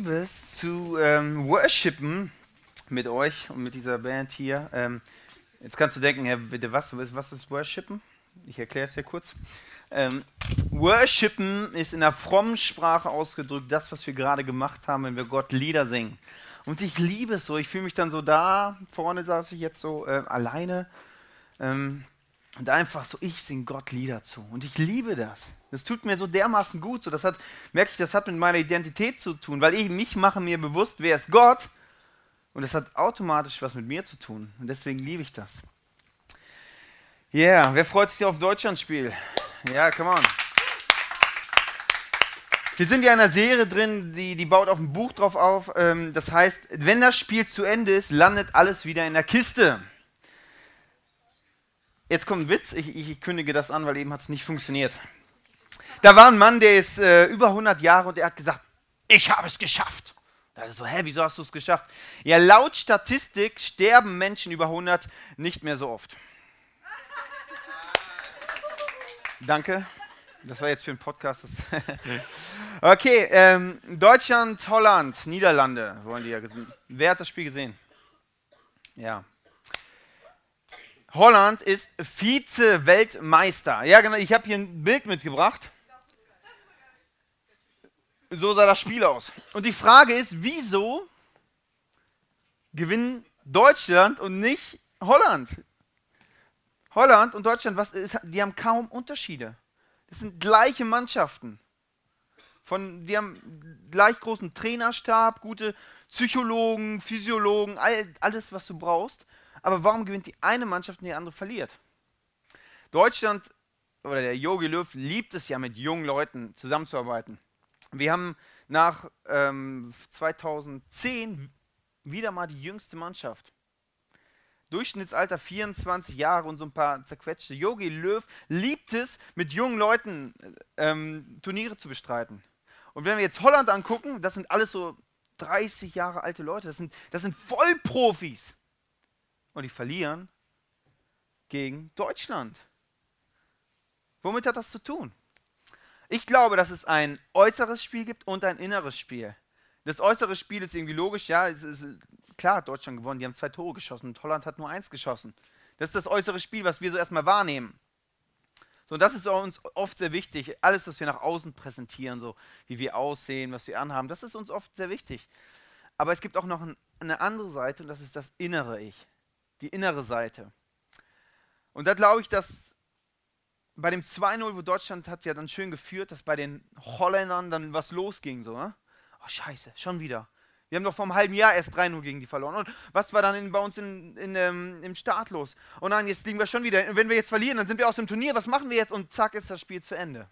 liebe es zu worshipen mit euch und mit dieser Band hier. Jetzt kannst du denken, ja, bitte, was ist worshipen? Ich erkläre es dir kurz. Worshipen ist in der frommen Sprache ausgedrückt das, was wir gerade gemacht haben, wenn wir Gott Lieder singen. Und ich liebe es so. Ich fühle mich dann so da, vorne saß ich jetzt so alleine. Und einfach so, ich singe Gott Lieder zu. Und ich liebe das. Das tut mir so dermaßen gut. So, merke ich, das hat mit meiner Identität zu tun, weil mich mache mir bewusst, wer ist Gott. Und das hat automatisch was mit mir zu tun. Und deswegen liebe ich das. Ja, yeah, wer freut sich auf Deutschlandspiel? Ja, come on. Wir sind ja in einer Serie drin, die baut auf ein Buch drauf auf. Das heißt, wenn das Spiel zu Ende ist, landet alles wieder in der Kiste. Jetzt kommt ein Witz, ich kündige das an, weil eben hat es nicht funktioniert. Da war ein Mann, der ist über 100 Jahre und der hat gesagt, ich habe es geschafft. Da ist so, wieso hast du es geschafft? Ja, laut Statistik sterben Menschen über 100 nicht mehr so oft. Danke, das war jetzt für einen Podcast. Okay, Deutschland, Holland, Niederlande wollen die ja gesehen. Wer hat das Spiel gesehen? Ja. Holland ist Vize-Weltmeister. Ja, genau, ich habe hier ein Bild mitgebracht. So sah das Spiel aus. Und die Frage ist, wieso gewinnen Deutschland und nicht Holland? Holland und Deutschland, die haben kaum Unterschiede. Das sind gleiche Mannschaften. Die haben gleich großen Trainerstab, gute Psychologen, Physiologen, alles, was du brauchst. Aber warum gewinnt die eine Mannschaft und die andere verliert? Deutschland oder der Jogi Löw liebt es ja, mit jungen Leuten zusammenzuarbeiten. Wir haben nach 2010 wieder mal die jüngste Mannschaft. Durchschnittsalter 24 Jahre und so ein paar zerquetschte. Jogi Löw liebt es, mit jungen Leuten Turniere zu bestreiten. Und wenn wir jetzt Holland angucken, das sind alles so 30 Jahre alte Leute, das sind Vollprofis. Und die verlieren gegen Deutschland. Womit hat das zu tun? Ich glaube, dass es ein äußeres Spiel gibt und ein inneres Spiel. Das äußere Spiel ist irgendwie logisch, ja, es ist klar, hat Deutschland gewonnen, die haben 2 Tore geschossen und Holland hat nur 1 geschossen. Das ist das äußere Spiel, was wir so erstmal wahrnehmen. So, und das ist uns oft sehr wichtig. Alles, was wir nach außen präsentieren, so wie wir aussehen, was wir anhaben, das ist uns oft sehr wichtig. Aber es gibt auch noch eine andere Seite und das ist das innere Ich. Die innere Seite. Und da glaube ich, dass bei dem 2-0, wo Deutschland hat ja dann schön geführt, dass bei den Holländern dann was losging. So, ne? Oh scheiße, schon wieder. Wir haben doch vor einem halben Jahr erst 3-0 gegen die verloren. Und was war dann bei uns im Start los? Und nein, jetzt liegen wir schon wieder. Und wenn wir jetzt verlieren, dann sind wir aus dem Turnier. Was machen wir jetzt? Und zack, ist das Spiel zu Ende.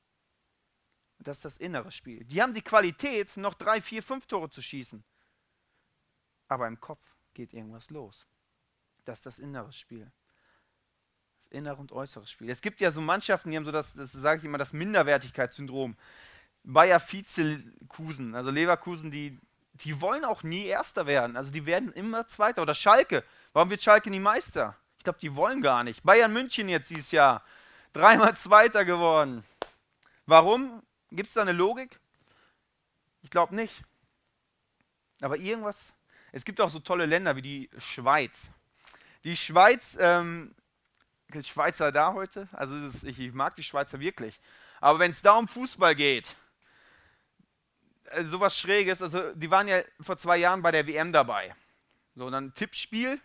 Und das ist das innere Spiel. Die haben die Qualität, noch 3, 4, 5 Tore zu schießen. Aber im Kopf geht irgendwas los. Das ist das innere Spiel. Das innere und äußere Spiel. Es gibt ja so Mannschaften, die haben so das sage ich immer, das Minderwertigkeitssyndrom. Bayer Vizekusen, also Leverkusen, die wollen auch nie Erster werden. Also die werden immer Zweiter. Oder Schalke. Warum wird Schalke nie Meister? Ich glaube, die wollen gar nicht. Bayern München jetzt dieses Jahr. 3-mal Zweiter geworden. Warum? Gibt es da eine Logik? Ich glaube nicht. Aber irgendwas. Es gibt auch so tolle Länder wie die Schweiz. Die Schweiz, Schweizer da heute, also ich mag die Schweizer wirklich. Aber wenn es da um Fußball geht, sowas Schräges, also die waren ja vor 2 Jahren bei der WM dabei. So, dann Tippspiel,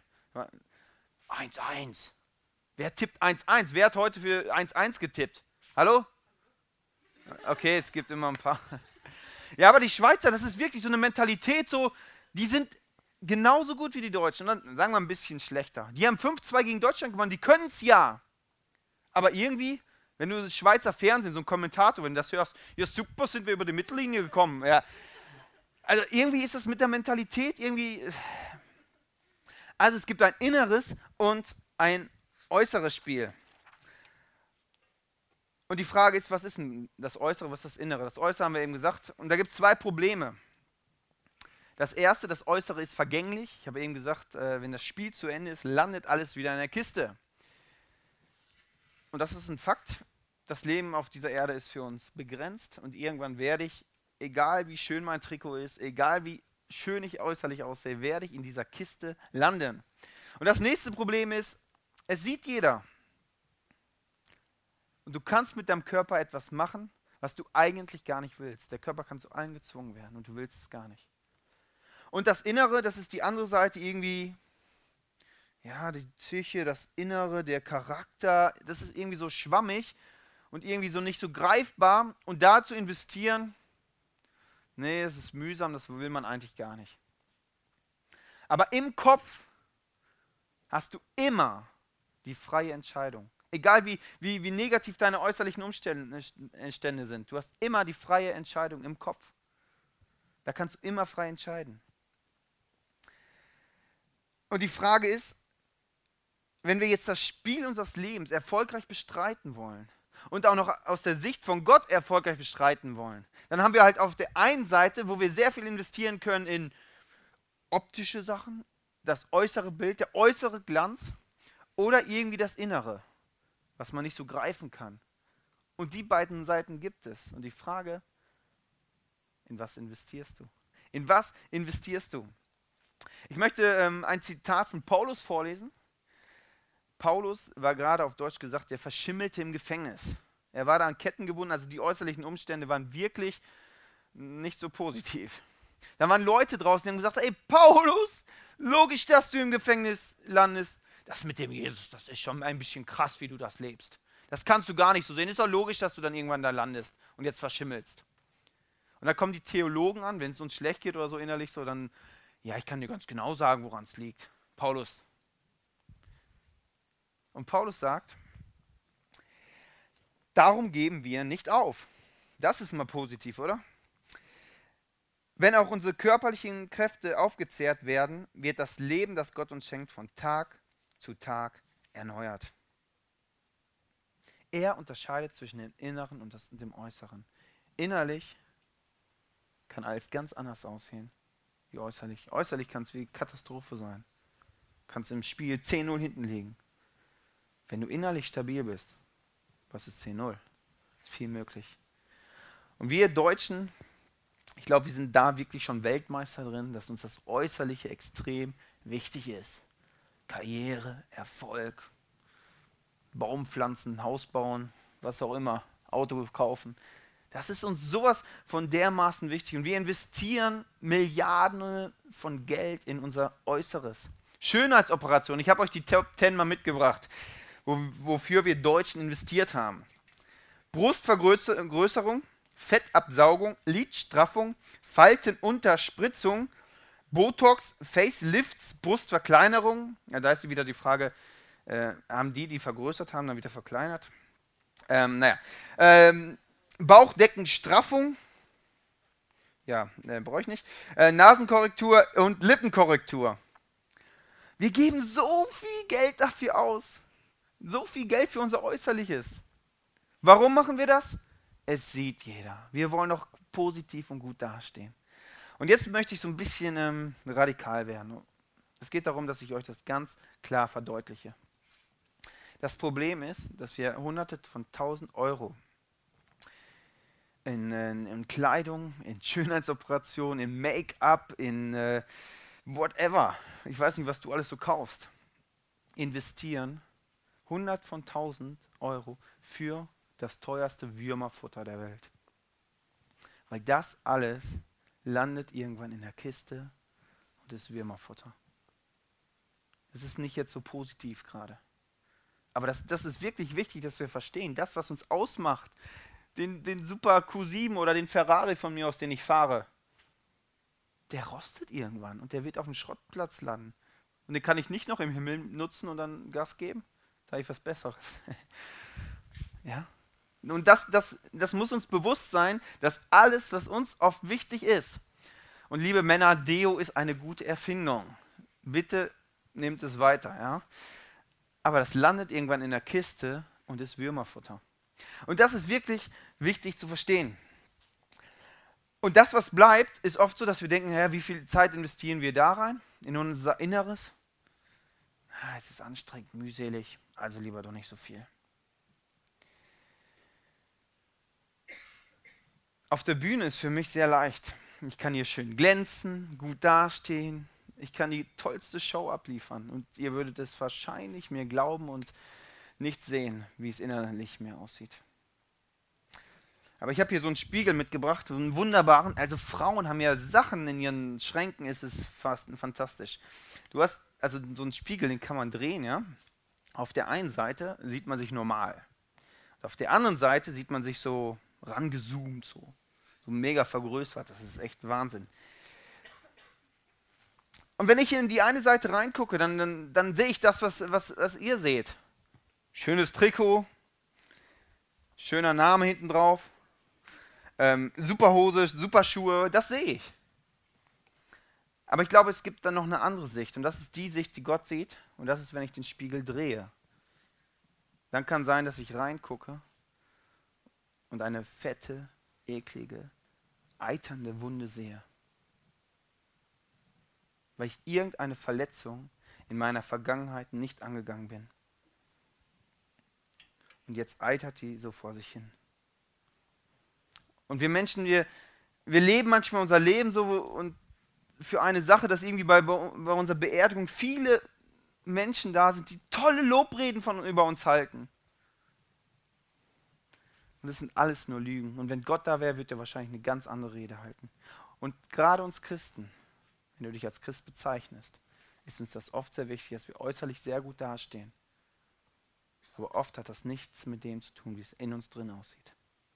1-1. Wer tippt 1-1? Wer hat heute für 1-1 getippt? Hallo? Okay, es gibt immer ein paar. Ja, aber die Schweizer, das ist wirklich so eine Mentalität, so, die sind genauso gut wie die Deutschen, dann sagen wir ein bisschen schlechter. Die haben 5-2 gegen Deutschland gewonnen, die können es ja. Aber irgendwie, wenn du das Schweizer Fernsehen, so ein Kommentator, wenn du das hörst, ja super, sind wir über die Mittellinie gekommen. Ja. Also irgendwie ist das mit der Mentalität irgendwie. Also es gibt ein inneres und ein äußeres Spiel. Und die Frage ist, was ist denn das Äußere, was ist das Innere? Das Äußere haben wir eben gesagt. Und da gibt es 2 Probleme. Das erste, das Äußere ist vergänglich. Ich habe eben gesagt, wenn das Spiel zu Ende ist, landet alles wieder in der Kiste. Und das ist ein Fakt. Das Leben auf dieser Erde ist für uns begrenzt und irgendwann werde ich egal wie schön mein Trikot ist, egal wie schön ich äußerlich aussehe, werde ich in dieser Kiste landen. Und das nächste Problem ist, es sieht jeder. Und du kannst mit deinem Körper etwas machen, was du eigentlich gar nicht willst. Der Körper kann so eingezwungen werden und du willst es gar nicht. Und das Innere, das ist die andere Seite irgendwie, ja, die Psyche, das Innere, der Charakter, das ist irgendwie so schwammig und irgendwie so nicht so greifbar. Und da zu investieren, nee, das ist mühsam, das will man eigentlich gar nicht. Aber im Kopf hast du immer die freie Entscheidung. Egal wie negativ deine äußerlichen Umstände sind, du hast immer die freie Entscheidung im Kopf. Da kannst du immer frei entscheiden. Und die Frage ist, wenn wir jetzt das Spiel unseres Lebens erfolgreich bestreiten wollen und auch noch aus der Sicht von Gott erfolgreich bestreiten wollen, dann haben wir halt auf der einen Seite, wo wir sehr viel investieren können in optische Sachen, das äußere Bild, der äußere Glanz oder irgendwie das Innere, was man nicht so greifen kann. Und die beiden Seiten gibt es. Und die Frage, in was investierst du? In was investierst du? Ich möchte ein Zitat von Paulus vorlesen. Paulus war gerade auf Deutsch gesagt, der verschimmelte im Gefängnis. Er war da an Ketten gebunden, also die äußerlichen Umstände waren wirklich nicht so positiv. Da waren Leute draußen, die haben gesagt, ey Paulus, logisch, dass du im Gefängnis landest. Das mit dem Jesus, das ist schon ein bisschen krass, wie du das lebst. Das kannst du gar nicht so sehen. Ist doch logisch, dass du dann irgendwann da landest und jetzt verschimmelst. Und dann kommen die Theologen an, wenn es uns schlecht geht oder so innerlich, so dann, ja, ich kann dir ganz genau sagen, woran es liegt. Paulus. Und Paulus sagt, darum geben wir nicht auf. Das ist mal positiv, oder? Wenn auch unsere körperlichen Kräfte aufgezehrt werden, wird das Leben, das Gott uns schenkt, von Tag zu Tag erneuert. Er unterscheidet zwischen dem Inneren und dem Äußeren. Innerlich kann alles ganz anders aussehen wie äußerlich. Äußerlich kann es wie Katastrophe sein. Kannst im Spiel 10-0 hinten liegen. Wenn du innerlich stabil bist, was ist 10-0? Ist viel möglich. Und wir Deutschen, ich glaube, wir sind da wirklich schon Weltmeister drin, dass uns das Äußerliche extrem wichtig ist. Karriere, Erfolg, Baum pflanzen, Haus bauen, was auch immer, Auto kaufen. Das ist uns sowas von dermaßen wichtig. Und wir investieren Milliarden von Geld in unser Äußeres. Schönheitsoperation, ich habe euch die Top 10 mal mitgebracht, wofür wir Deutschen investiert haben. Brustvergrößerung, Fettabsaugung, Lidstraffung, Faltenunterspritzung, Botox, Facelifts, Brustverkleinerung. Ja, da ist wieder die Frage, haben die vergrößert haben, dann wieder verkleinert. Bauchdeckenstraffung. Ja, brauche ich nicht. Nasenkorrektur und Lippenkorrektur. Wir geben so viel Geld dafür aus. So viel Geld für unser Äußerliches. Warum machen wir das? Es sieht jeder. Wir wollen doch positiv und gut dastehen. Und jetzt möchte ich so ein bisschen radikal werden. Es geht darum, dass ich euch das ganz klar verdeutliche. Das Problem ist, dass wir Hunderte von 1000 Euro in Kleidung, in Schönheitsoperationen, in Make-up, in whatever, ich weiß nicht, was du alles so kaufst, investieren, 100 von 1000 Euro für das teuerste Würmerfutter der Welt. Weil das alles landet irgendwann in der Kiste und ist Würmerfutter. Das ist nicht jetzt so positiv gerade. Aber das ist wirklich wichtig, dass wir verstehen, das, was uns ausmacht, den Super Q7 oder den Ferrari von mir aus, den ich fahre, der rostet irgendwann und der wird auf dem Schrottplatz landen. Und den kann ich nicht noch im Himmel nutzen und dann Gas geben. Da habe ich was Besseres. Ja? Und das muss uns bewusst sein, dass alles, was uns oft wichtig ist, und liebe Männer, Deo ist eine gute Erfindung. Bitte nehmt es weiter. Ja? Aber das landet irgendwann in der Kiste und ist Würmerfutter. Und das ist wirklich wichtig zu verstehen. Und das, was bleibt, ist oft so, dass wir denken, ja, wie viel Zeit investieren wir da rein, in unser Inneres? Es ist anstrengend, mühselig, also lieber doch nicht so viel. Auf der Bühne ist für mich sehr leicht. Ich kann hier schön glänzen, gut dastehen. Ich kann die tollste Show abliefern. Und ihr würdet es wahrscheinlich mir glauben und nicht sehen, wie es innerlich mir aussieht. Aber ich habe hier so einen Spiegel mitgebracht, so einen wunderbaren. Also Frauen haben ja Sachen in ihren Schränken, ist es fast fantastisch. Du hast also so einen Spiegel, den kann man drehen, ja. Auf der einen Seite sieht man sich normal. Und auf der anderen Seite sieht man sich so rangezoomt, so mega vergrößert. Das ist echt Wahnsinn. Und wenn ich in die eine Seite reingucke, dann sehe ich das, was ihr seht. Schönes Trikot, schöner Name hinten drauf, super Hose, super Schuhe, das sehe ich. Aber ich glaube, es gibt dann noch eine andere Sicht. Und das ist die Sicht, die Gott sieht. Und das ist, wenn ich den Spiegel drehe. Dann kann sein, dass ich reingucke und eine fette, eklige, eiternde Wunde sehe. Weil ich irgendeine Verletzung in meiner Vergangenheit nicht angegangen bin. Und jetzt eitert die so vor sich hin. Und wir Menschen, wir leben manchmal unser Leben so und für eine Sache, dass irgendwie bei unserer Beerdigung viele Menschen da sind, die tolle Lobreden über uns halten. Und das sind alles nur Lügen. Und wenn Gott da wäre, würde er wahrscheinlich eine ganz andere Rede halten. Und gerade uns Christen, wenn du dich als Christ bezeichnest, ist uns das oft sehr wichtig, dass wir äußerlich sehr gut dastehen. Aber oft hat das nichts mit dem zu tun, wie es in uns drin aussieht.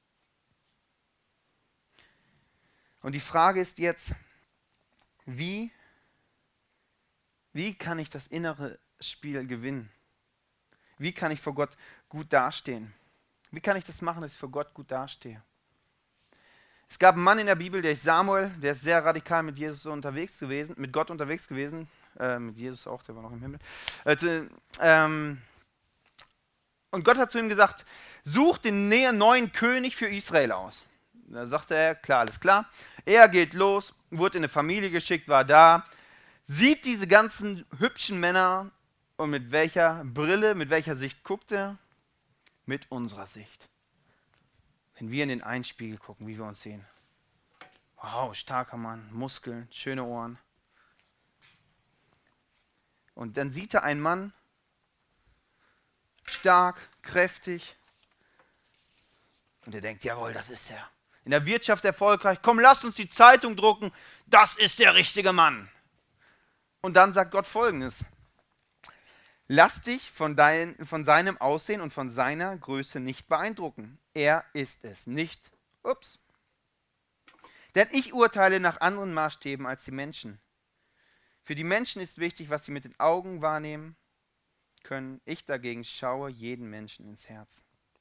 Und die Frage ist jetzt, wie kann ich das innere Spiel gewinnen? Wie kann ich vor Gott gut dastehen? Wie kann ich das machen, dass ich vor Gott gut dastehe? Es gab einen Mann in der Bibel, der ist Samuel, der ist sehr radikal mit Jesus unterwegs gewesen, mit Gott unterwegs gewesen, mit Jesus auch, der war noch im Himmel. Und Gott hat zu ihm gesagt, such den neuen König für Israel aus. Da sagte er, klar, alles klar. Er geht los, wurde in eine Familie geschickt, war da, sieht diese ganzen hübschen Männer und mit welcher Brille, mit welcher Sicht guckt er? Mit unserer Sicht. Wenn wir in den einen Spiegel gucken, wie wir uns sehen. Wow, starker Mann, Muskeln, schöne Ohren. Und dann sieht er einen Mann, stark, kräftig. Und er denkt, jawohl, das ist er. In der Wirtschaft erfolgreich. Komm, lass uns die Zeitung drucken. Das ist der richtige Mann. Und dann sagt Gott Folgendes. Lass dich von seinem Aussehen und von seiner Größe nicht beeindrucken. Er ist es nicht. Ups. Denn ich urteile nach anderen Maßstäben als die Menschen. Für die Menschen ist wichtig, was sie mit den Augen wahrnehmen können. Ich dagegen schaue jeden Menschen ins Herz.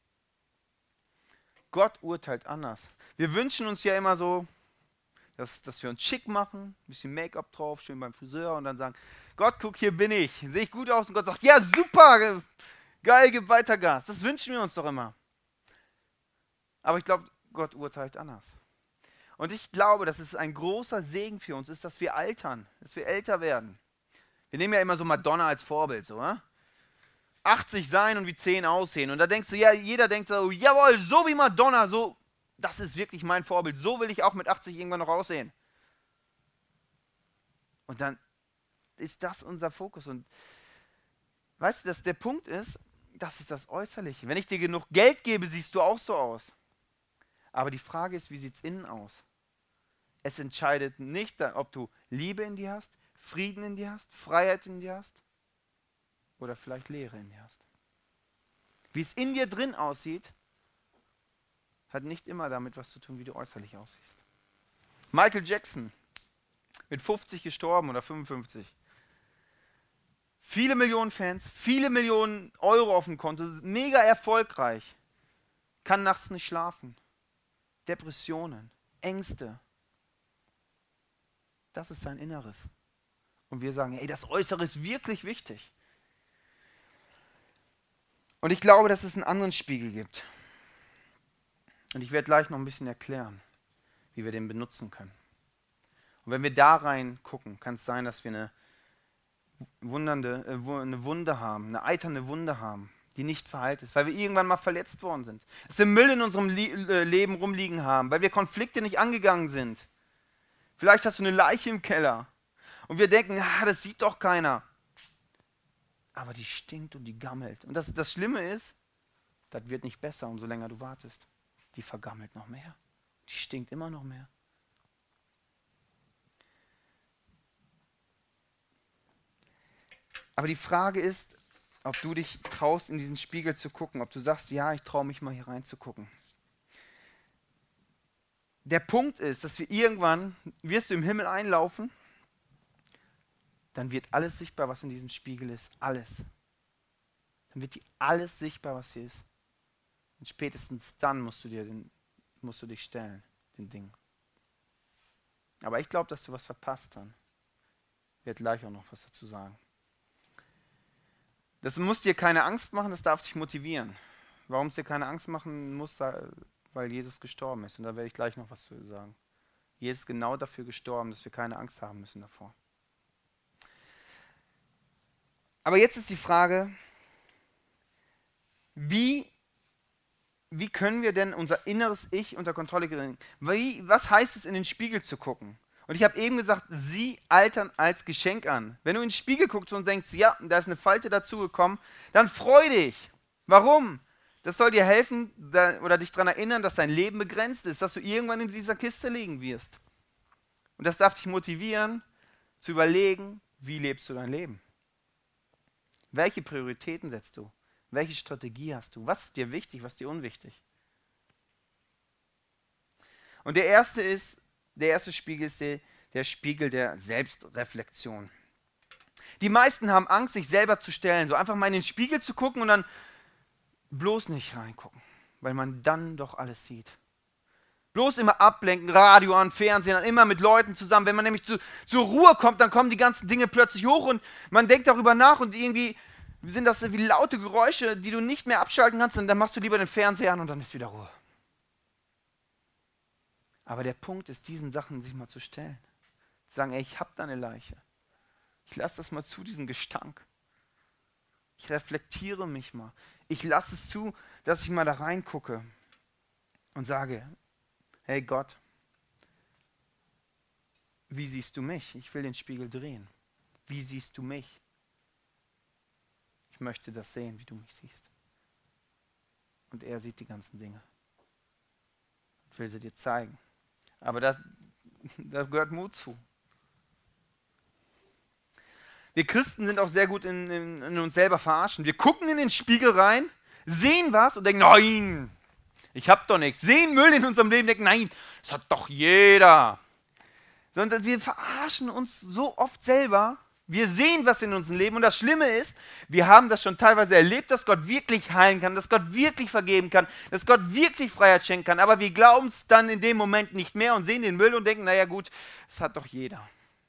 Gott urteilt anders. Wir wünschen uns ja immer so, dass wir uns schick machen, ein bisschen Make-up drauf, schön beim Friseur und dann sagen, Gott, guck, hier bin ich, sehe ich gut aus? Und Gott sagt, ja, super, geil, gib weiter Gas. Das wünschen wir uns doch immer. Aber ich glaube, Gott urteilt anders. Und ich glaube, dass es ein großer Segen für uns ist, dass wir altern, dass wir älter werden. Wir nehmen ja immer so Madonna als Vorbild, so, 80 sein und wie 10 aussehen. Und da denkst du, ja, jeder denkt so, jawohl, so wie Madonna, so, das ist wirklich mein Vorbild. So will ich auch mit 80 irgendwann noch aussehen. Und dann ist das unser Fokus. Und weißt du, dass der Punkt ist, das ist das Äußerliche. Wenn ich dir genug Geld gebe, siehst du auch so aus. Aber die Frage ist, wie sieht es innen aus? Es entscheidet nicht, ob du Liebe in dir hast, Frieden in dir hast, Freiheit in dir hast oder vielleicht Leere in dir hast. Wie es in dir drin aussieht, hat nicht immer damit was zu tun, wie du äußerlich aussiehst. Michael Jackson, mit 50 gestorben oder 55. Viele Millionen Fans, viele Millionen Euro auf dem Konto, mega erfolgreich. Kann nachts nicht schlafen. Depressionen, Ängste. Das ist sein Inneres. Und wir sagen, ey, das Äußere ist wirklich wichtig. Und ich glaube, dass es einen anderen Spiegel gibt. Und ich werde gleich noch ein bisschen erklären, wie wir den benutzen können. Und wenn wir da rein gucken, kann es sein, dass wir eine Wunde haben, eine eiternde Wunde haben, die nicht verheilt ist, weil wir irgendwann mal verletzt worden sind. Dass wir Müll in unserem Leben rumliegen haben, weil wir Konflikte nicht angegangen sind. Vielleicht hast du eine Leiche im Keller und wir denken, das sieht doch keiner. Aber die stinkt und die gammelt. Und das Schlimme ist, das wird nicht besser, umso länger du wartest. Die vergammelt noch mehr. Die stinkt immer noch mehr. Aber die Frage ist, ob du dich traust, in diesen Spiegel zu gucken, ob du sagst, ja, ich traue mich mal hier reinzugucken. Der Punkt ist, dass wir irgendwann, wirst du im Himmel einlaufen, dann wird alles sichtbar, was in diesem Spiegel ist. Alles. Dann wird dir alles sichtbar, was hier ist. Und spätestens dann musst du dich stellen, den Ding. Aber ich glaube, dass du was verpasst hast. Ich werde gleich auch noch was dazu sagen. Das muss dir keine Angst machen, das darf dich motivieren. Warum es dir keine Angst machen muss, weil Jesus gestorben ist. Und da werde ich gleich noch was zu sagen. Jesus ist genau dafür gestorben, dass wir keine Angst haben müssen davor. Aber jetzt ist die Frage, wie können wir denn unser inneres Ich unter Kontrolle kriegen? Was heißt es, in den Spiegel zu gucken? Und ich habe eben gesagt, sieh Altern als Geschenk an. Wenn du in den Spiegel guckst und denkst, ja, da ist eine Falte dazugekommen, dann freu dich. Warum? Das soll dir helfen oder dich daran erinnern, dass dein Leben begrenzt ist, dass du irgendwann in dieser Kiste liegen wirst. Und das darf dich motivieren, zu überlegen, wie lebst du dein Leben? Welche Prioritäten setzt du? Welche Strategie hast du? Was ist dir wichtig, was ist dir unwichtig? Und der erste Spiegel ist der Spiegel der Selbstreflexion. Die meisten haben Angst, sich selber zu stellen, so einfach mal in den Spiegel zu gucken und dann bloß nicht reingucken, weil man dann doch alles sieht. Bloß immer ablenken, Radio an, Fernsehen an, immer mit Leuten zusammen. Wenn man nämlich zur Ruhe kommt, dann kommen die ganzen Dinge plötzlich hoch und man denkt darüber nach und irgendwie sind das wie laute Geräusche, die du nicht mehr abschalten kannst und dann machst du lieber den Fernseher an und dann ist wieder Ruhe. Aber der Punkt ist, diesen Sachen sich mal zu stellen. Zu sagen, ey, ich habe da eine Leiche. Ich lasse das mal zu, diesen Gestank. Ich reflektiere mich mal. Ich lasse es zu, dass ich mal da reingucke und sage, hey Gott, wie siehst du mich? Ich will den Spiegel drehen. Wie siehst du mich? Ich möchte das sehen, wie du mich siehst. Und er sieht die ganzen Dinge. Ich will sie dir zeigen. Aber da gehört Mut zu. Wir Christen sind auch sehr gut in uns selber verarschen. Wir gucken in den Spiegel rein, sehen was und denken, nein, ich hab doch nichts. Sehen Müll in unserem Leben, denken, nein, das hat doch jeder. Sondern wir verarschen uns so oft selber. Wir sehen was in unserem Leben und das Schlimme ist, wir haben das schon teilweise erlebt, dass Gott wirklich heilen kann, dass Gott wirklich vergeben kann, dass Gott wirklich Freiheit schenken kann, aber wir glauben es dann in dem Moment nicht mehr und sehen den Müll und denken, naja gut, das hat doch jeder.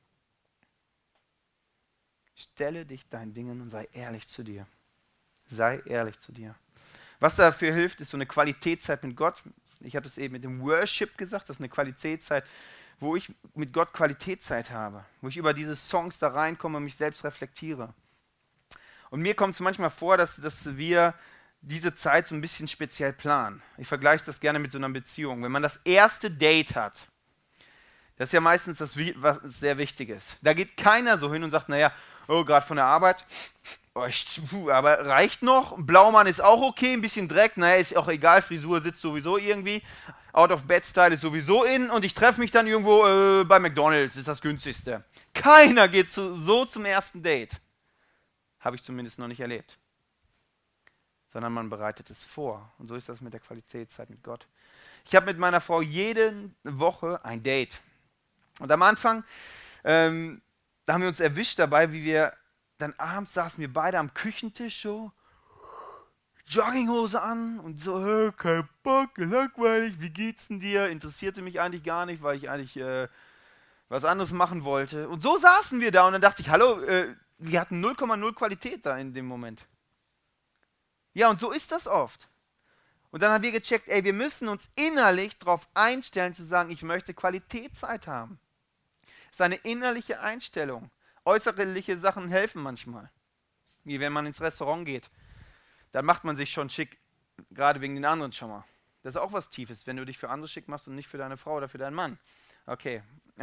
Stelle dich deinen Dingen und sei ehrlich zu dir. Sei ehrlich zu dir. Was dafür hilft, ist so eine Qualitätszeit mit Gott. Ich habe es eben mit dem Worship gesagt, das ist eine Qualitätszeit, wo ich mit Gott Qualitätszeit habe, wo ich über diese Songs da reinkomme und mich selbst reflektiere. Und mir kommt es manchmal vor, dass wir diese Zeit so ein bisschen speziell planen. Ich vergleiche das gerne mit so einer Beziehung. Wenn man das erste Date hat, das ist ja meistens das, was sehr wichtig ist. Da geht keiner so hin und sagt, naja, oh, gerade von der Arbeit, aber reicht noch, Blaumann ist auch okay, ein bisschen Dreck, naja, ist auch egal, Frisur sitzt sowieso irgendwie, Out-of-Bed-Style ist sowieso in und ich treffe mich dann irgendwo bei McDonald's, ist das günstigste. Keiner geht so zum ersten Date. Habe ich zumindest noch nicht erlebt. Sondern man bereitet es vor. Und so ist das mit der Qualitätszeit mit Gott. Ich habe mit meiner Frau jede Woche ein Date. Und am Anfang, da haben wir uns erwischt dabei, wie wir dann abends saßen wir beide am Küchentisch so, Jogginghose an und so, kein Bock, langweilig, wie geht's denn dir? Interessierte mich eigentlich gar nicht, weil ich eigentlich was anderes machen wollte. Und so saßen wir da und dann dachte ich, hallo, wir hatten 0,0 Qualität da in dem Moment. Ja, und so ist das oft. Und dann haben wir gecheckt, ey, wir müssen uns innerlich darauf einstellen, zu sagen, ich möchte Qualitätszeit haben. Das ist eine innerliche Einstellung. Äußerliche Sachen helfen manchmal. Wie wenn man ins Restaurant geht. dann macht man sich schon schick, gerade wegen den anderen schon mal. Das ist auch was Tiefes, wenn du dich für andere schick machst und nicht für deine Frau oder für deinen Mann. Okay.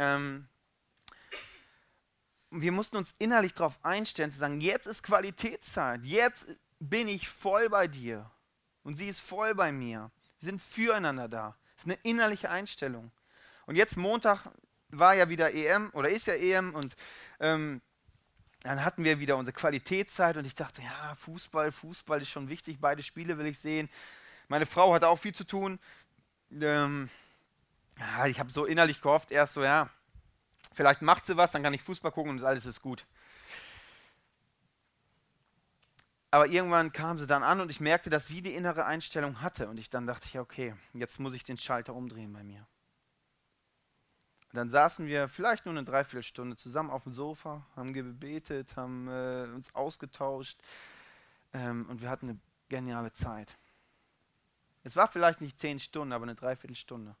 Wir mussten uns innerlich darauf einstellen, zu sagen, jetzt ist Qualitätszeit, jetzt bin ich voll bei dir und sie ist voll bei mir. Wir sind füreinander da. Das ist eine innerliche Einstellung. Und jetzt Montag war ja wieder EM oder ist ja EM und dann hatten wir wieder unsere Qualitätszeit und ich dachte, ja, Fußball ist schon wichtig, beide Spiele will ich sehen. Meine Frau hatte auch viel zu tun. Ja, ich habe so innerlich gehofft, erst so, ja, vielleicht macht sie was, dann kann ich Fußball gucken und alles ist gut. Aber irgendwann kam sie dann an und ich merkte, dass sie die innere Einstellung hatte. Und dann dachte ich, okay, jetzt muss ich den Schalter umdrehen bei mir. Und dann saßen wir vielleicht nur eine Dreiviertelstunde zusammen auf dem Sofa, haben gebetet, haben uns ausgetauscht und wir hatten eine geniale Zeit. Es war vielleicht nicht 10 Stunden, aber eine Dreiviertelstunde.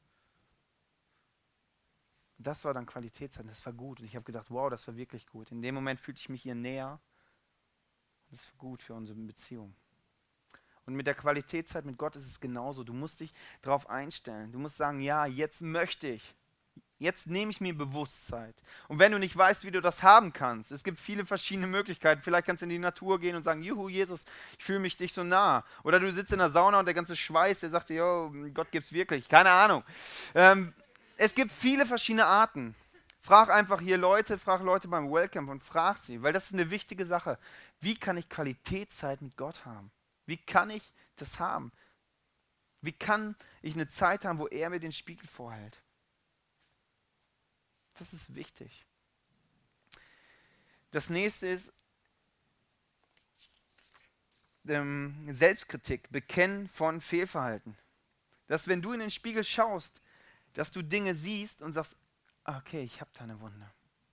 Das war dann Qualitätszeit, das war gut. Und ich habe gedacht, wow, das war wirklich gut. In dem Moment fühlte ich mich ihr näher. Das ist gut für unsere Beziehung. Und mit der Qualitätszeit mit Gott ist es genauso. Du musst dich darauf einstellen. Du musst sagen, ja, jetzt möchte ich. Jetzt nehme ich mir Bewusstsein. Und wenn du nicht weißt, wie du das haben kannst, es gibt viele verschiedene Möglichkeiten. Vielleicht kannst du in die Natur gehen und sagen, juhu, Jesus, ich fühle mich dich so nah. Oder du sitzt in der Sauna und der ganze Schweiß, der sagt dir, jo, Gott gibt's wirklich. Keine Ahnung. Es gibt viele verschiedene Arten. Frag einfach hier Leute, frag Leute beim Welcome und frag sie, weil das ist eine wichtige Sache. Wie kann ich Qualitätszeit mit Gott haben? Wie kann ich das haben? Wie kann ich eine Zeit haben, wo er mir den Spiegel vorhält? Das ist wichtig. Das nächste ist Selbstkritik, Bekennen von Fehlverhalten. Dass wenn du in den Spiegel schaust, dass du Dinge siehst und sagst, okay, ich habe da eine Wunde.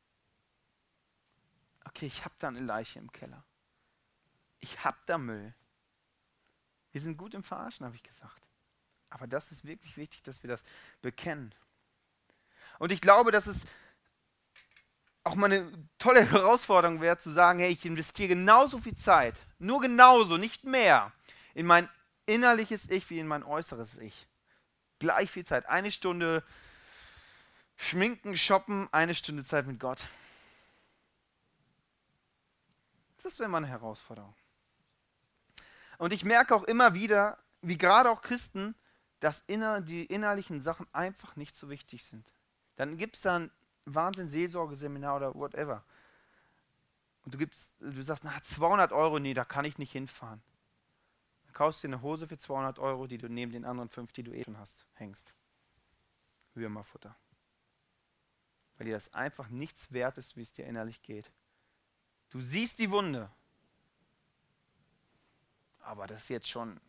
Okay, ich habe da eine Leiche im Keller. Ich habe da Müll. Wir sind gut im Verarschen, habe ich gesagt. Aber das ist wirklich wichtig, dass wir das bekennen. Und ich glaube, dass es auch mal eine tolle Herausforderung wäre, zu sagen, hey, ich investiere genauso viel Zeit, nur genauso, nicht mehr, in mein innerliches Ich wie in mein äußeres Ich. Gleich viel Zeit. 1 Stunde Schminken, shoppen, 1 Stunde Zeit mit Gott. Das wäre mal eine Herausforderung. Und ich merke auch immer wieder, wie gerade auch Christen, dass die innerlichen Sachen einfach nicht so wichtig sind. Dann gibt es da ein Wahnsinn-Seelsorgeseminar oder whatever. Und du sagst, na, 200 Euro, nee, da kann ich nicht hinfahren. Dann kaufst du dir eine Hose für 200 Euro, die du neben den anderen 5, die du eh schon hast, hängst. Würmerfutter. Weil dir das einfach nichts wert ist, wie es dir innerlich geht. Du siehst die Wunde. Aber das ist jetzt schon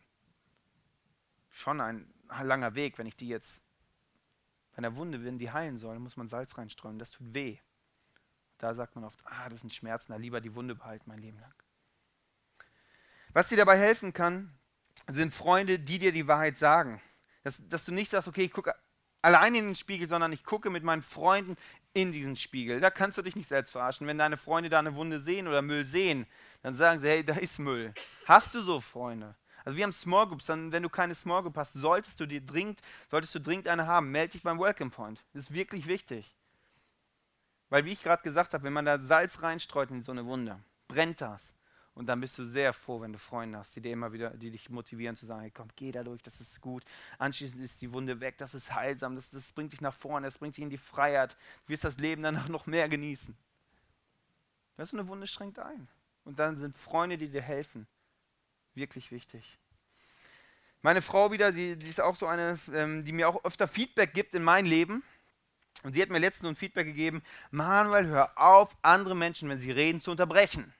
ein langer Weg, wenn ich die jetzt bei einer Wunde, wenn die heilen soll, muss man Salz reinstreuen. Das tut weh. Da sagt man oft, das sind Schmerzen, da lieber die Wunde behalten mein Leben lang. Was dir dabei helfen kann, sind Freunde, die dir die Wahrheit sagen. Dass du nicht sagst, okay, ich gucke allein in den Spiegel, sondern ich gucke mit meinen Freunden in diesen Spiegel. Da kannst du dich nicht selbst verarschen. Wenn deine Freunde da eine Wunde sehen oder Müll sehen, dann sagen sie, hey, da ist Müll. Hast du so Freunde? Also wir haben Small Groups, dann, wenn du keine Small Group hast, solltest du dringend eine haben. Melde dich beim Welcome Point. Das ist wirklich wichtig. Weil wie ich gerade gesagt habe, wenn man da Salz reinstreut in so eine Wunde, brennt das. Und dann bist du sehr froh, wenn du Freunde hast, die dir immer wieder, die dich motivieren zu sagen, hey, komm, geh da durch, das ist gut. Anschließend ist die Wunde weg, das ist heilsam, das bringt dich nach vorne, das bringt dich in die Freiheit. Du wirst das Leben danach noch mehr genießen. Das ist eine Wunde, schränkt ein. Und dann sind Freunde, die dir helfen. Wirklich wichtig. Meine Frau wieder, die ist auch so eine, die mir auch öfter Feedback gibt in mein Leben. Und sie hat mir letztens so ein Feedback gegeben, Manuel, hör auf, andere Menschen, wenn sie reden, zu unterbrechen.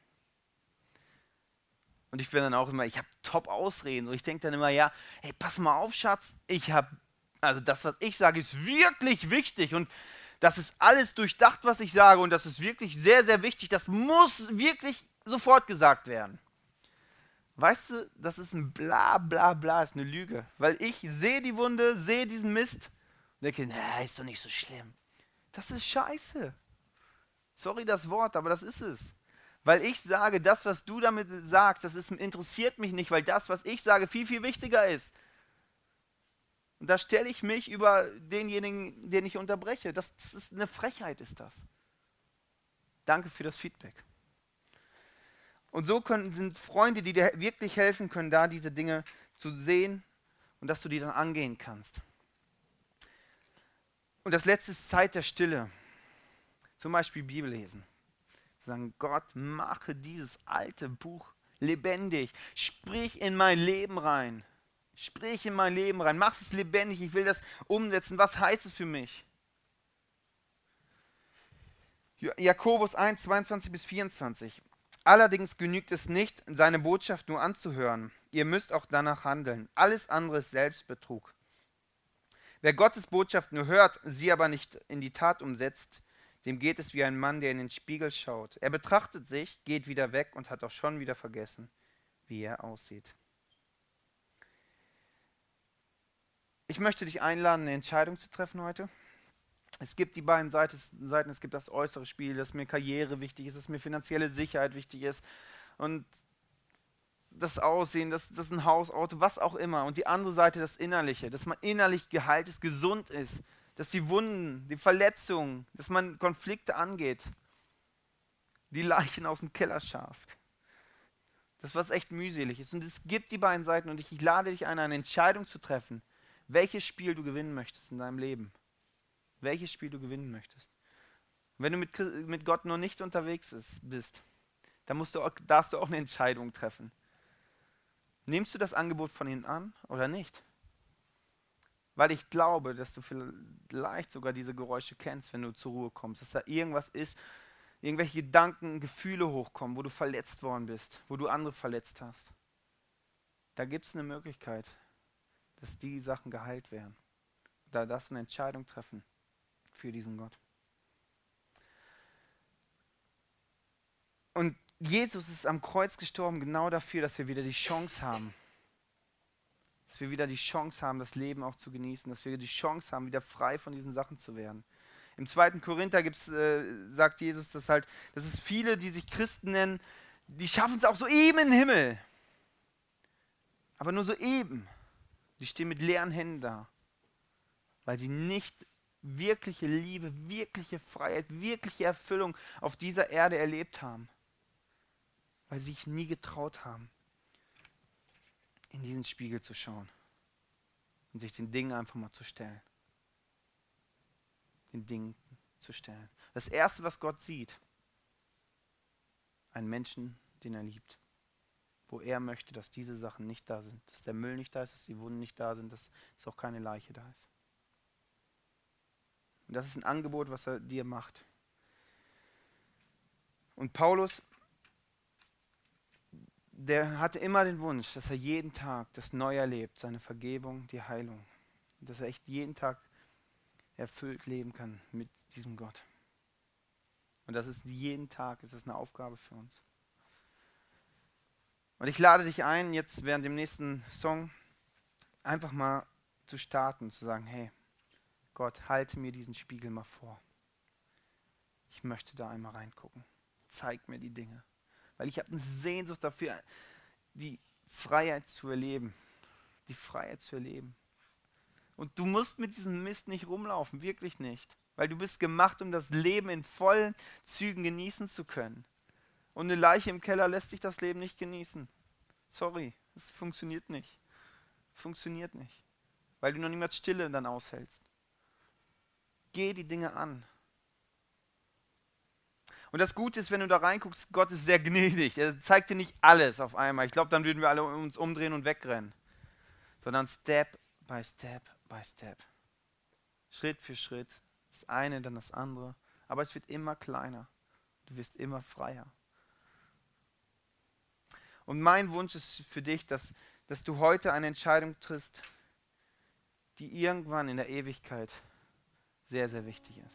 Und ich bin dann auch immer, ich habe Top-Ausreden. Und ich denke dann immer, ja, hey, pass mal auf, Schatz, also das, was ich sage, ist wirklich wichtig. Und das ist alles durchdacht, was ich sage. Und das ist wirklich sehr, sehr wichtig. Das muss wirklich sofort gesagt werden. Weißt du, das ist ein Bla, Bla, Bla, ist eine Lüge. Weil ich sehe die Wunde, sehe diesen Mist und denke, na, ist doch nicht so schlimm. Das ist scheiße. Sorry das Wort, aber das ist es. Weil ich sage, das, was du damit sagst, interessiert mich nicht, weil das, was ich sage, viel, viel wichtiger ist. Und da stelle ich mich über denjenigen, den ich unterbreche. Das ist eine Frechheit, ist das. Danke für das Feedback. Und so sind Freunde, die dir wirklich helfen können, da diese Dinge zu sehen und dass du die dann angehen kannst. Und das letzte ist Zeit der Stille. Zum Beispiel Bibel lesen. Sagen, Gott, mache dieses alte Buch lebendig. Sprich in mein Leben rein. Sprich in mein Leben rein. Mach es lebendig. Ich will das umsetzen. Was heißt es für mich? Jakobus 1, 22 bis 24. Allerdings genügt es nicht, seine Botschaft nur anzuhören. Ihr müsst auch danach handeln. Alles andere ist Selbstbetrug. Wer Gottes Botschaft nur hört, sie aber nicht in die Tat umsetzt, dem geht es wie ein Mann, der in den Spiegel schaut. Er betrachtet sich, geht wieder weg und hat auch schon wieder vergessen, wie er aussieht. Ich möchte dich einladen, eine Entscheidung zu treffen heute. Es gibt die beiden Seiten, es gibt das äußere Spiel, dass mir Karriere wichtig ist, dass mir finanzielle Sicherheit wichtig ist und das Aussehen, das ein Haus, Auto, was auch immer. Und die andere Seite, das Innerliche, dass man innerlich geheilt ist, gesund ist, dass die Wunden, die Verletzungen, dass man Konflikte angeht, die Leichen aus dem Keller schafft. Das, was echt mühselig ist. Und es gibt die beiden Seiten und ich lade dich ein, eine Entscheidung zu treffen, welches Spiel du gewinnen möchtest in deinem Leben. Welches Spiel du gewinnen möchtest. Und wenn du mit Gott noch nicht unterwegs bist, dann darfst du auch eine Entscheidung treffen. Nimmst du das Angebot von ihm an oder nicht? Weil ich glaube, dass du vielleicht sogar diese Geräusche kennst, wenn du zur Ruhe kommst, dass da irgendwas ist, irgendwelche Gedanken, Gefühle hochkommen, wo du verletzt worden bist, wo du andere verletzt hast. Da gibt es eine Möglichkeit, dass die Sachen geheilt werden. Da darfst du eine Entscheidung treffen für diesen Gott. Und Jesus ist am Kreuz gestorben, genau dafür, dass wir wieder die Chance haben. Dass wir wieder die Chance haben, das Leben auch zu genießen. Dass wir die Chance haben, wieder frei von diesen Sachen zu werden. Im 2. Korinther sagt Jesus, dass es viele, die sich Christen nennen, die schaffen es auch so eben in den Himmel. Aber nur so eben. Die stehen mit leeren Händen da. Weil sie nicht wirkliche Liebe, wirkliche Freiheit, wirkliche Erfüllung auf dieser Erde erlebt haben. Weil sie sich nie getraut haben, in diesen Spiegel zu schauen und sich den Dingen einfach mal zu stellen. Den Dingen zu stellen. Das Erste, was Gott sieht, einen Menschen, den er liebt. Wo er möchte, dass diese Sachen nicht da sind. Dass der Müll nicht da ist, dass die Wunden nicht da sind, dass auch keine Leiche da ist. Und das ist ein Angebot, was er dir macht. Und Paulus, der hatte immer den Wunsch, dass er jeden Tag das Neue erlebt, seine Vergebung, die Heilung. Und dass er echt jeden Tag erfüllt leben kann mit diesem Gott. Und das ist jeden Tag, ist das eine Aufgabe für uns. Und ich lade dich ein, jetzt während dem nächsten Song einfach mal zu starten, zu sagen, hey, Gott, halte mir diesen Spiegel mal vor. Ich möchte da einmal reingucken. Zeig mir die Dinge. Weil ich habe eine Sehnsucht dafür, die Freiheit zu erleben. Die Freiheit zu erleben. Und du musst mit diesem Mist nicht rumlaufen, wirklich nicht. Weil du bist gemacht, um das Leben in vollen Zügen genießen zu können. Und eine Leiche im Keller lässt dich das Leben nicht genießen. Sorry, es funktioniert nicht. Funktioniert nicht. Weil du noch niemals Stille dann aushältst. Geh die Dinge an. Und das Gute ist, wenn du da reinguckst, Gott ist sehr gnädig. Er zeigt dir nicht alles auf einmal. Ich glaube, dann würden wir alle uns umdrehen und wegrennen. Sondern Step by Step by Step. Schritt für Schritt. Das eine, dann das andere. Aber es wird immer kleiner. Du wirst immer freier. Und mein Wunsch ist für dich, dass du heute eine Entscheidung triffst, die irgendwann in der Ewigkeit sehr, sehr wichtig ist.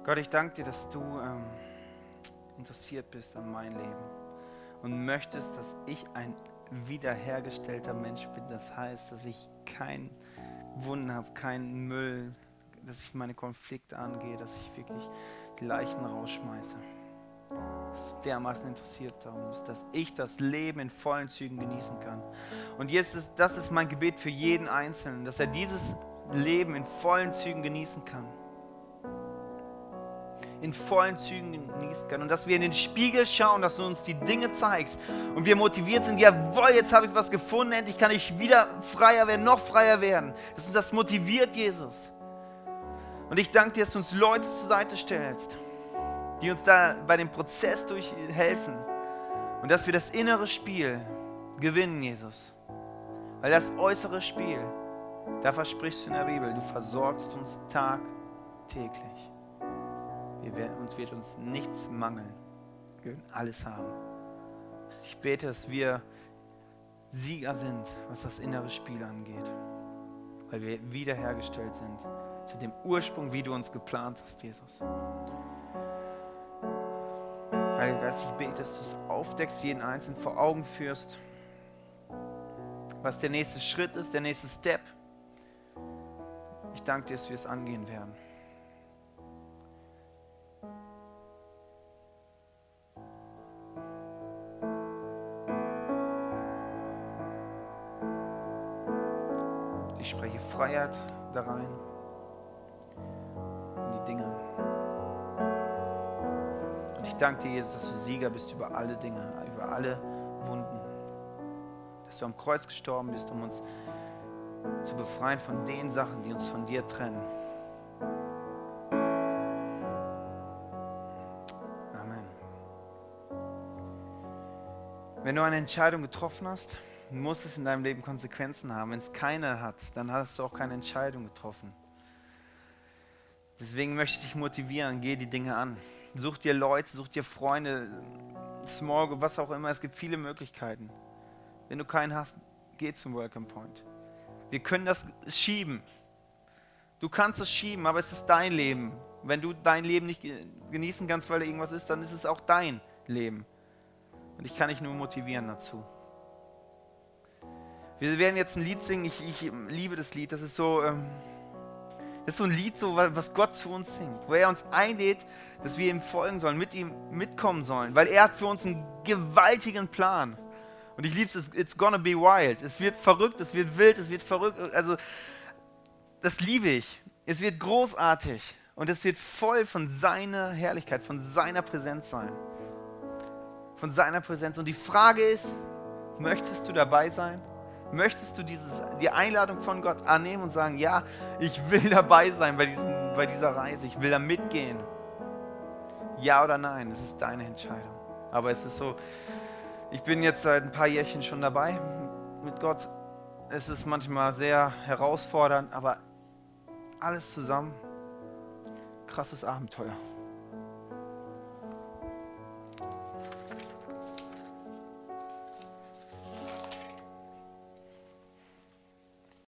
Gott, ich danke dir, dass du interessiert bist an mein Leben und möchtest, dass ich ein wiederhergestellter Mensch bin. Das heißt, dass ich keinen Wunden habe, keinen Müll, dass ich meine Konflikte angehe, dass ich wirklich die Leichen rausschmeiße. Dass du dermaßen interessiert darum bist, dass ich das Leben in vollen Zügen genießen kann. Und jetzt das ist mein Gebet für jeden Einzelnen, dass er dieses Leben in vollen Zügen genießen kann. In vollen Zügen genießen kann. Und dass wir in den Spiegel schauen, dass du uns die Dinge zeigst und wir motiviert sind, jawohl, jetzt habe ich was gefunden, endlich kann ich wieder freier werden, noch freier werden. Dass uns das motiviert, Jesus. Und ich danke dir, dass du uns Leute zur Seite stellst, die uns da bei dem Prozess helfen. Und dass wir das innere Spiel gewinnen, Jesus. Weil das äußere Spiel, da versprichst du in der Bibel, du versorgst uns tagtäglich. Uns wird uns nichts mangeln. Wir werden alles haben. Ich bete, dass wir Sieger sind, was das innere Spiel angeht. Weil wir wiederhergestellt sind zu dem Ursprung, wie du uns geplant hast, Jesus. Heiliger Geist, ich bete, dass du es aufdeckst, jeden Einzelnen vor Augen führst, was der nächste Schritt ist, der nächste Step. Ich danke dir, dass wir es angehen werden. Ich spreche Freiheit da rein in die Dinge. Und ich danke dir, Jesus, dass du Sieger bist über alle Dinge, über alle Wunden. Dass du am Kreuz gestorben bist, um uns zu befreien von den Sachen, die uns von dir trennen. Amen. Wenn du eine Entscheidung getroffen hast, muss es in deinem Leben Konsequenzen haben. Wenn es keine hat, dann hast du auch keine Entscheidung getroffen. Deswegen möchte ich dich motivieren, geh die Dinge an. Such dir Leute, such dir Freunde, Small Group, was auch immer. Es gibt viele Möglichkeiten. Wenn du keinen hast, geh zum Welcome Point. Wir können das schieben. Du kannst es schieben, aber es ist dein Leben. Wenn du dein Leben nicht genießen kannst, weil da irgendwas ist, dann ist es auch dein Leben. Und ich kann dich nur motivieren dazu. Wir werden jetzt ein Lied singen, ich liebe das Lied, das ist so ein Lied, so, was Gott zu uns singt, wo er uns einlädt, dass wir ihm folgen sollen, mit ihm mitkommen sollen, weil er hat für uns einen gewaltigen Plan. Und ich liebe es, it's gonna be wild, es wird verrückt, es wird wild, es wird verrückt, also das liebe ich, es wird großartig und es wird voll von seiner Herrlichkeit, von seiner Präsenz sein. Von seiner Präsenz. Und die Frage ist, möchtest du dabei sein? Möchtest du die Einladung von Gott annehmen und sagen, ja, ich will dabei sein bei dieser Reise, ich will da mitgehen? Ja oder nein, es ist deine Entscheidung. Aber es ist so, ich bin jetzt seit ein paar Jährchen schon dabei mit Gott. Es ist manchmal sehr herausfordernd, aber alles zusammen, krasses Abenteuer.